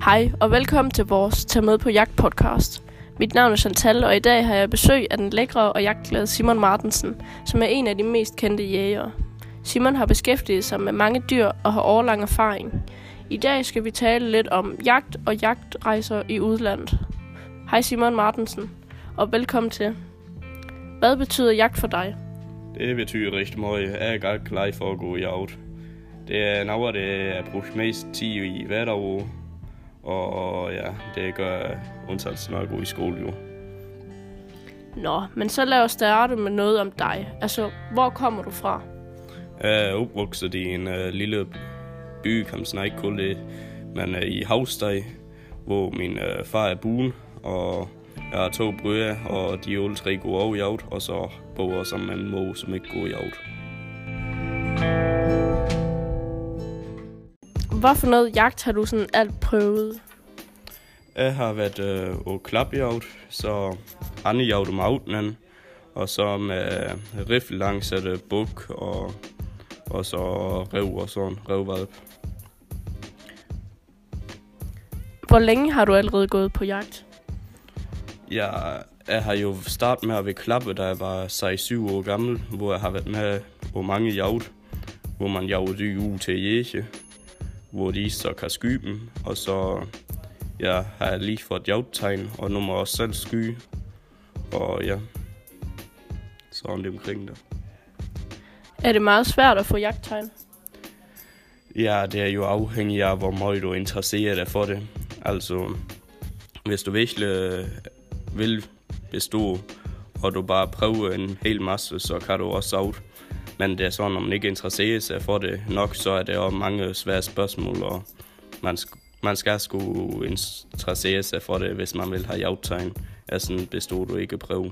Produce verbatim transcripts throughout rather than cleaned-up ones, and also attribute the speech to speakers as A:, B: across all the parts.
A: Hej og velkommen til vores Tag med på jagt podcast. Mit navn er Chantal, og i dag har jeg besøg af den lækre og jagtglade Simon Martensen, som er en af de mest kendte jægere. Simon har beskæftiget sig med mange dyr og har årelang erfaring. I dag skal vi tale lidt om jagt og jagtrejser i udlandet. Hej Simon Martensen, og velkommen til. Hvad betyder jagt for dig?
B: Det betyder rigtig meget. Jeg er godt klar for at gå i jagt. Det er noget, det er brugt mest tid i hverdagen, og ja, det gør undtagelsen, når jeg går i skole jo.
A: Nå, men så lad os starte med noget om dig. Altså, hvor kommer du fra?
B: Jeg er opvokset i en uh, lille by, kan man ikke kalde det, men uh, i Havstad, hvor min uh, far er buen, og jeg har to brødre, og de alle tre går over i jagt, og så bor jeg sammen med en mor, som ikke går i jagt.
A: Hvad for noget jagt har du sådan alt prøvet?
B: Jeg har været øh, på klapjagt, så andre jagt om aftenen, og så med riffel langsætte buk, og, og så rev og sådan, revvalp.
A: Hvor længe har du allerede gået på jagt?
B: Ja, jeg har jo startet med at være klappe, da jeg var seks syv år gammel, hvor jeg har været med på mange jagt, hvor man jagter dyr ud til jæge, hvor de så kan skyde dem, og så ja, har jeg lige fået jagttegn, og nu må jeg også selv skyde, og ja, sådan det omkring der.
A: Er det meget svært at få jagttegn?
B: Ja, det er jo afhængigt af, hvor meget du interesserer dig for det. Altså, hvis du virkelig vil bestå, og du bare prøver en hel masse, så kan du også out. Men det er sådan, når man ikke interesserer sig for det nok, så er der også mange svære spørgsmål, og man, sk- man skal sgu interessere sig for det, hvis man vil have jagttegn. Altså, består du ikke prøve.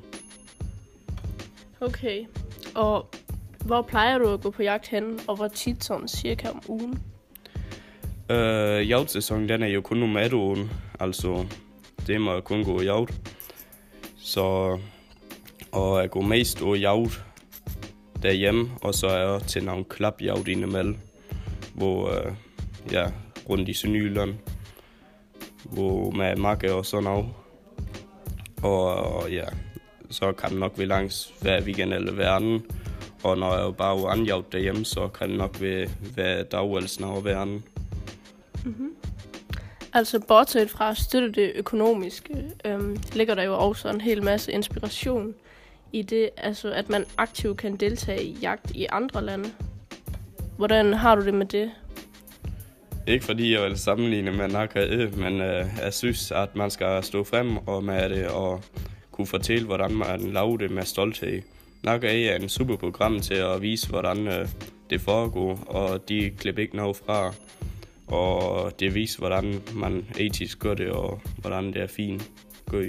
A: Okay, og hvor plejer du at gå på jagt hen, og hvor tit sådan cirka om ugen?
B: Øh, jagtsæsonen, den er jo kun om efteråret, altså det må jeg kun gå i jagt. Så, og jeg går mest på jagt derhjemme, og så er jeg til nogle klapjagt indimellem, hvor øh, ja, rundt i Sønderjylland, hvor med makke og sådan noget. Og, og ja, så kan det nok være langs hver weekend eller hver anden. Og når jeg bare er anjagt derhjemme, så kan det nok være hver dag eller sådan noget hver anden.
A: Mm-hmm. Altså bortset fra at støtte det økonomiske, øhm, ligger der jo også en hel masse inspiration i det, altså at man aktivt kan deltage i jagt i andre lande. Hvordan har du det med det?
B: Ikke fordi jeg vil sammenligne med nakke, men øh, jeg synes, at man skal stå frem og med det og kunne fortælle, hvordan man laver det med stolthed. Nakke er en super program til at vise, hvordan øh, det foregår, og de klipper ikke noget fra. Og det viser, hvordan man etisk gør det, og hvordan det er fint gør.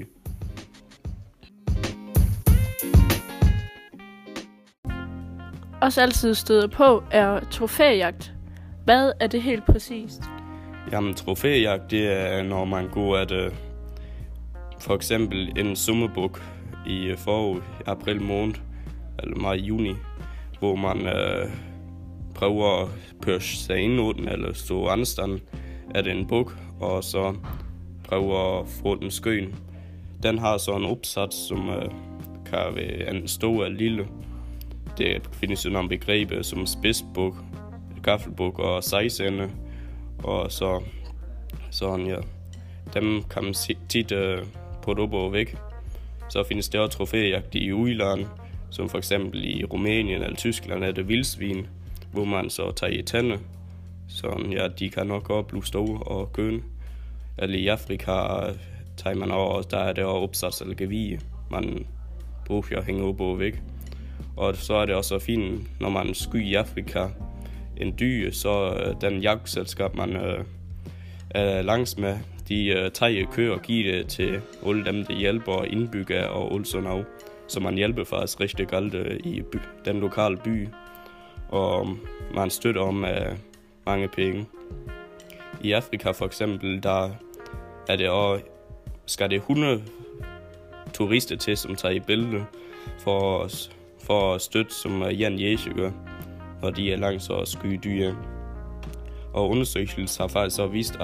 A: Også altid støder på er trofæjagt. Hvad er det helt præcist?
B: Jamen, trofæjagt, det er, når man går at uh, for eksempel en sommerbuk i uh, forår, april måned, eller maj, juni, hvor man uh, prøver at pørse sig ind ud den, eller stå anstand af den buk, og så prøver at få den skøn. Den har så en opsats, som uh, kan være en stor eller lille. Det findes jo nogle begreber som spidsbuk, gaffelbuk og sejsende, og så sådan ja. Dem kan man tit uh, putte op og væk. Så findes der også trofæjagt i udlandet, som for eksempel i Rumænien eller Tyskland er det vildsvin, hvor man så tager i tænder. Så ja, de kan nok også blive store og kønne. Eller i Afrika tager man også, der er det også opsats eller gevige, man bruger at hænge op og væk. Og så er det også fint, når man skyder i Afrika en dyr, så uh, den jagtselskab, man uh, er langs med, de uh, tager køer og giver det til alle dem, der hjælper indbyggere og alt sådan noget. Så man hjælper faktisk rigtig galt uh, i by, den lokale by, og man støtter om uh, mange penge. I Afrika for eksempel, der er det også, skal det hundrede turister til, som tager i billede for, for at støtte, som Jan Jæger gør, når de er langt så skyde dyr. Og undersøgelser har faktisk så vist, at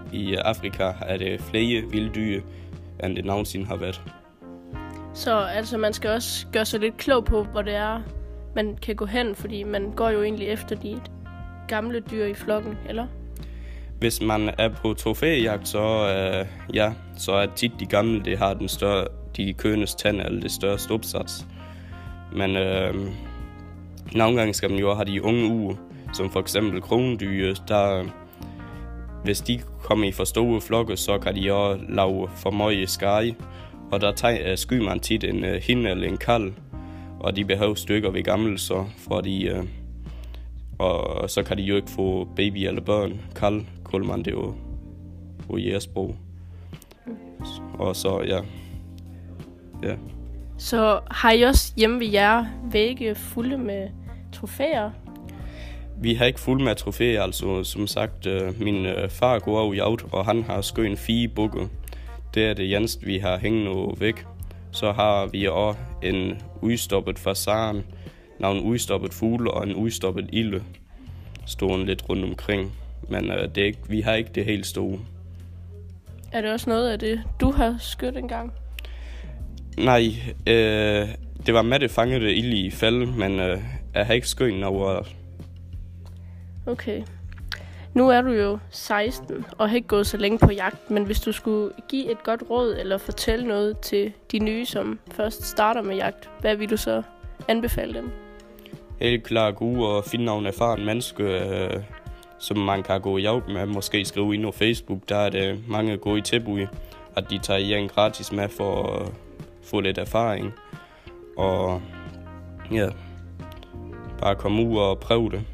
B: i Afrika er det flere vilddyr, end det nogensinde har været.
A: Så altså, man skal også gøre sig lidt klog på, hvor det er, man kan gå hen, fordi man går jo egentlig efter de gamle dyr i flokken, eller?
B: Hvis man er på trofæjagt, så, øh, ja, så er tit de gamle, det har den større, de kønnes tand eller det største opsats. Men øh, nogle gange skal man jo have de unge uger, som for eksempel krondyr, der hvis de kommer i for store flokke, så kan de også lave for meget skade. Og der tager, skyder man tit en uh, hinde eller en kalv, og de behøver stykker ved gammel, så fordi, uh, og så kan de jo ikke få baby eller børn. Kalv kalder man det jo på jægersprog. Og så, ja. ja.
A: Så har I også hjemme ved jer vægge fulde med trofæer?
B: Vi har ikke fuld med trofæer, altså som sagt, uh, min uh, far går over i jagt, og han har skød en fire bukke. Det er det eneste, vi har hængende væk. Så har vi også en udstoppet fasan, nogle udstoppet fugle og en udstoppet ilde, stående lidt rundt omkring. Men uh, det er ikke, vi har ikke det helt store.
A: Er det også noget af det, du har skudt engang?
B: Nej, øh, det var med det fangede ild i fælde, men øh, jeg har ikke skudt noget.
A: Okay. Nu er du jo seksten og har ikke gået så længe på jagt, men hvis du skulle give et godt råd eller fortælle noget til de nye, som først starter med jagt, hvad vil du så anbefale dem?
B: Helt klart gode og finde nogle erfarne mennesker, øh, som man kan gå i jagt med. Måske skrive ind på Facebook, der er det mange gode tilbud, at de tager en gratis med for at få lidt erfaring. Og ja, bare komme ud og prøve det.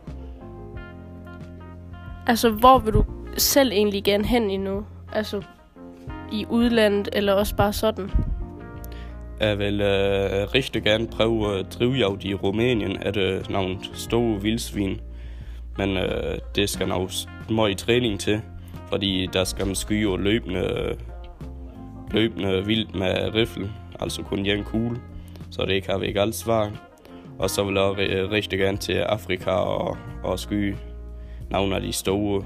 B: Altså, hvor vil du selv egentlig gerne hen endnu? Altså, i udlandet, eller også bare sådan? Jeg vil øh, rigtig gerne prøve at drivjagt i Rumænien, at det øh, nogle store vildsvin. Men øh, det skal nok meget træning til, fordi der skal man skyde og løbende, løbende vildt med riffel, altså kun en kugle, så det kan vi ikke alt svar. Og så vil jeg øh, rigtig gerne til Afrika og, og skyde nogle af de store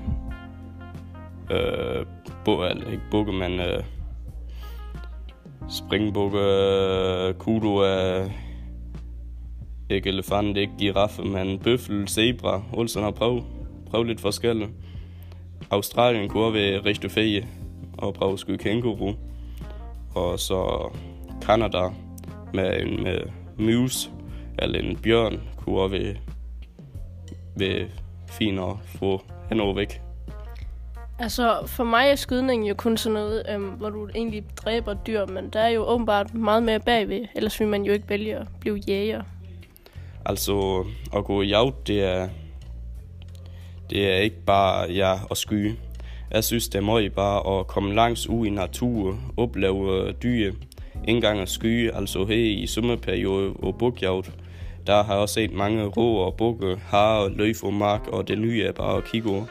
B: øh, bu- eller ikke bukke, men øh, springbukke, øh, kudu, øh, ikke elefant, ikke giraffe, men bøffel, zebra, alt sådan at prøve, prøve lidt forskelligt. Australien kunne være rigtig fedt og prøve at skyde kænguru, og så Canada med en med mus eller en bjørn kunne også være, være fint at få henover væk. Altså, for mig er skydning jo kun sådan noget, øhm, hvor du egentlig dræber dyr, men der er jo åbenbart meget mere bagved, ellers vil man jo ikke vælge at blive jæger. Altså, at gå i jagt, det er, det er ikke bare ja, at skyde. Jeg synes, det er meget bare at komme langs ud i naturen, opleve dyr, ikke engang at skyde, altså her i sommerperioden og bukjagt. Der har jeg også set mange rå og bukke, hare, løg og mark, og det nye er bare at kigge over.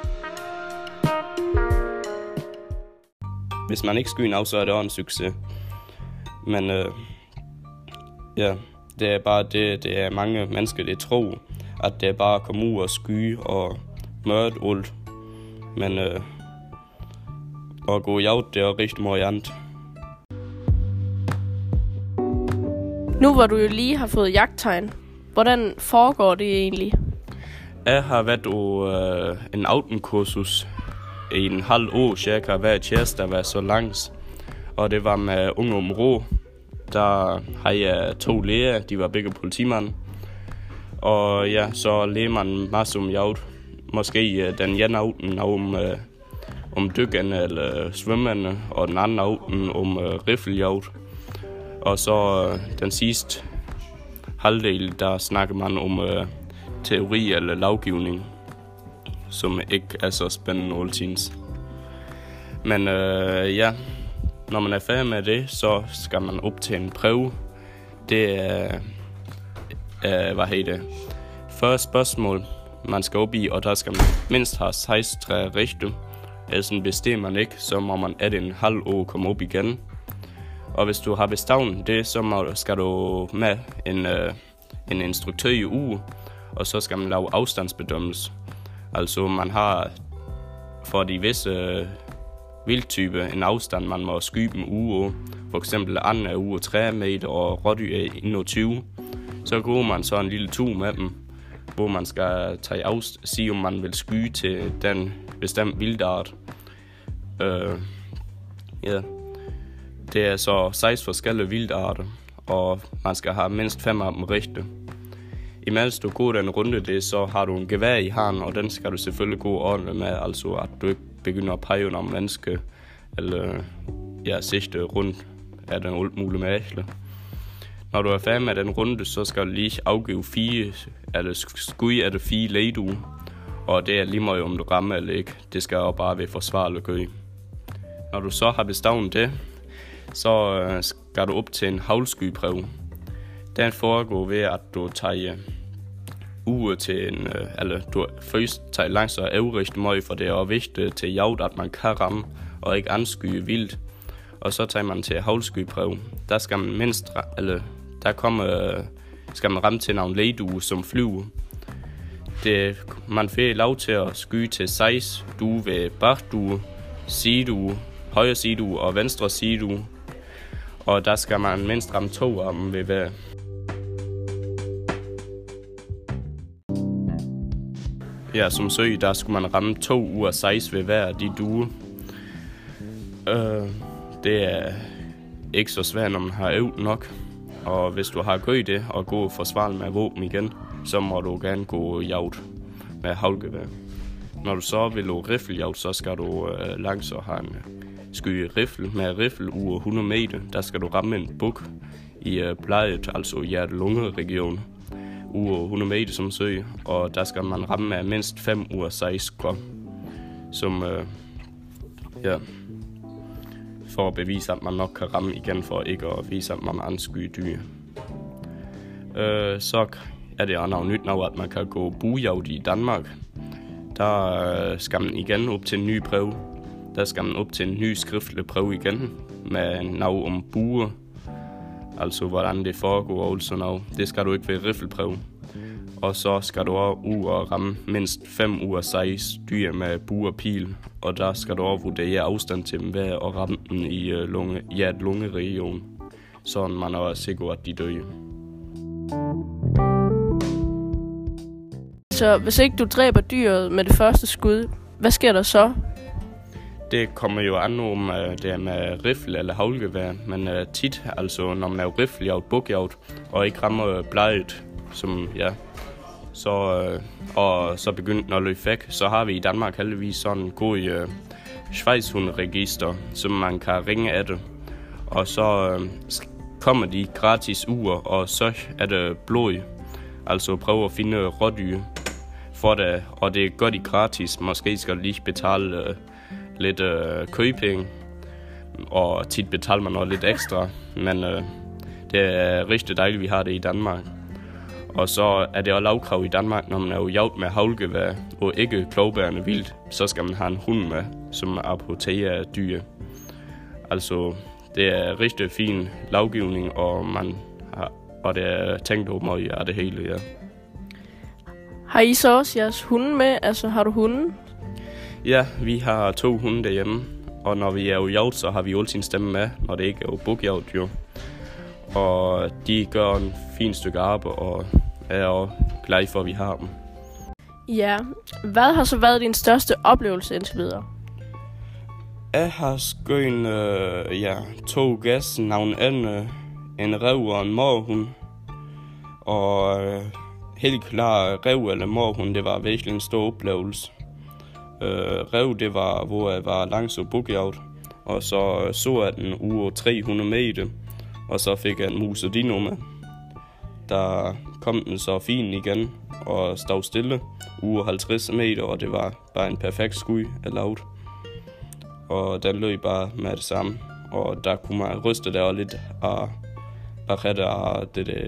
B: Hvis man ikke skyder af, så er det også en succes. Men øh, ja, det er bare det, det er mange mennesker, der tror, at det er bare at komme ud og skyde og mørke alt. Men øh, at gå i jagt, det er rigtig meget andet. Nu hvor du jo lige har fået jagttegn, hvordan foregår det egentlig? Jeg har været på øh, en autenkursus i en halv år cirka, hver tirsdag var så langs. Og det var med Unge om Rå. Der har jeg to læger, de var begge politimænd. Og ja, så lærer man en masse om jagt. Måske øh, den ene auten om, øh, om dykkerne eller svømmerne, og den anden auten om øh, riffeljagt. Og så øh, den sidste halvdel, der snakker man om øh, teori eller lovgivning, som ikke er så spændende altid. Men øh, ja, når man er færdig med det, så skal man op til en prøve. Det er, øh, hvad hedder det, første spørgsmål, man skal op i, og der skal man mindst have seksten træer rigtigt. Ellers bestemmer man ikke, så må man af en halv år komme op igen. Og hvis du har bestået det, så skal du med en, øh, en instruktør i uge, og så skal man lave afstandsbedømmelse. Altså man har for de visse øh, vildtyper en afstand, man må skyde dem uge. For eksempel anden er uge tre meter, og rådyr er enogtyve. Så går man så en lille tur med dem, hvor man skal tage afstand, sige om man vil skyde til den bestemte vildart. Øh, ja. Det er så seks forskellige vildarter, og man skal have mindst fem af dem rigtige. Imens du går den runde, det, så har du en gevær i hånden, og den skal du selvfølgelig gå ordentligt med, altså at du ikke begynder at pege om menneske, eller ja, sigte rundt af den alt mulige mærkelig. Når du er færdig med den runde, så skal du lige afgive fire, eller skud af det fire ledue, og det er lige meget om du rammer eller ikke. Det skal jo bare være forsvarligt gøre. Når du så har bestemt det, så skal du op til en havlskyprøve. Den foregår ved, at du tager uge til en, eller du først tager langs og øvrigt meget, for det er vigtigt til jagt, at man kan ramme og ikke anskyde vildt. Og så tager man til havlskyprøve. Der skal man mindst, eller der kommer, skal man ramme til nogle ledue som flyver. Det, man får lov til at skyde til seks due ved bagdue, sidue, højre sidue og venstre sidue. Og der skal man mindst ramme to af dem ved hver. Ja, som søg, der skulle man ramme to ud af seks ved hver af de duer. Øh, det er ikke så svært, når man har øvet nok. Og hvis du har gjort det og gå forsvarligt med våben igen, så må du gerne gå jagt med havlgevær. Når du så vil gå riffeljagt, så skal du øh, langs og have en skyde riffel med riffel ude hundrede meter. Der skal du ramme en buk i øh, bleget, altså hjerte-lunge-regionen, ude hundrede meter som søg, og der skal man ramme med mindst fem ud af seks skår, som øh, ja, for at bevise, at man nok kan ramme igen, for ikke at vise, at man anskyder dyr. Øh, så er det også noget nyt nu, at man kan gå buejagt i Danmark. Der øh, skal man igen op til en ny prøve. Der skal man op til en ny skriftlig prøve igen, med noget om buer. Altså hvordan det foregår og sådan noget. Det skal du ikke ved riffelprøve. Og så skal du også ud og ramme mindst fem ud af seks dyr med bue og pil. Og der skal du også vurdere afstand til dem ved at ramme dem i uh, lunge, hjerte-lunge-regionen. Sådan man er sikker, at de dør.
A: Så hvis ikke du dræber dyret med det første skud, hvad sker der så?
B: Det kommer jo an om uh, det er med riffel eller havlgevær, men uh, tit, altså når man laver riffeljagt, bukjagt og ikke rammer bleget, som ja, så uh, og så begyndte at løbe væk, så har vi i Danmark heldigvis sådan en god uh, Schweizhund-register, som man kan ringe af det, og så uh, kommer de gratis uger, og så er det blod, altså prøve at finde rådyr for det, og det gør de gratis. Måske skal de lige betale uh, lidt øh, købing, og tit betaler man også lidt ekstra, men øh, det er rigtig dejligt, at vi har det i Danmark. Og så er det også lavkrav i Danmark, når man er jo jagt med havlgevær og ikke klovbærende vildt, så skal man have en hund med, som apporterer dyr. Altså, det er rigtig fin lovgivning, og man har, og det er tænkt over meget af det hele, ja.
A: Har I så også jeres hunde med? Altså, har du hunden?
B: Ja, vi har to hunde derhjemme, og når vi er jo jagt, så har vi altid en stemme med, når det ikke er jo bukjagt, jo. Og de gør en fin stykke arbejde, og er også glad for, at vi har dem.
A: Ja, hvad har så været din største oplevelse indtil videre?
B: Jeg har skønt øh, ja, to gæster, navn Anne, en rev og en morhund. Og øh, helt klart, rev eller morhund, det var virkelig en stor oplevelse. Øh, rev, det var, hvor jeg var langs og bukjagt, og så så jeg den uge tre hundrede meter, og så fik jeg en musedino med. Der kom den så fin igen, og stod stille, uge halvtreds meter, og det var bare en perfekt skud af lavet. Og den løb bare med det samme, og der kunne man ryste der lidt af bagette af det der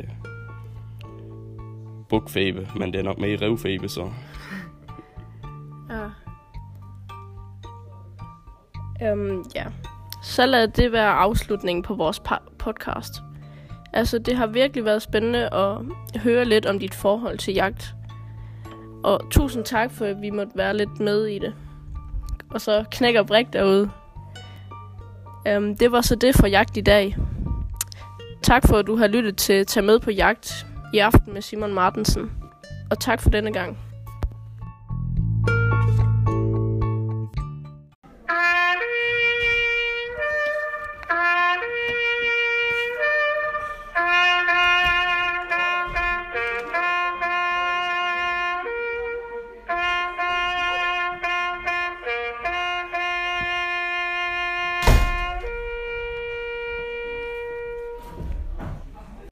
B: bukfeber, men det er nok mere revfeber, så.
A: Ja. Um, ja. Så lad det være afslutningen på vores podcast. Altså, det har virkelig været spændende at høre lidt om dit forhold til jagt. Og tusind tak for, at vi måtte være lidt med i det. og så knækker brik derude. Um, det var så det for jagt i dag. Tak for, at du har lyttet til Tag med på jagt i aften med Simon Martensen. Og tak for denne gang.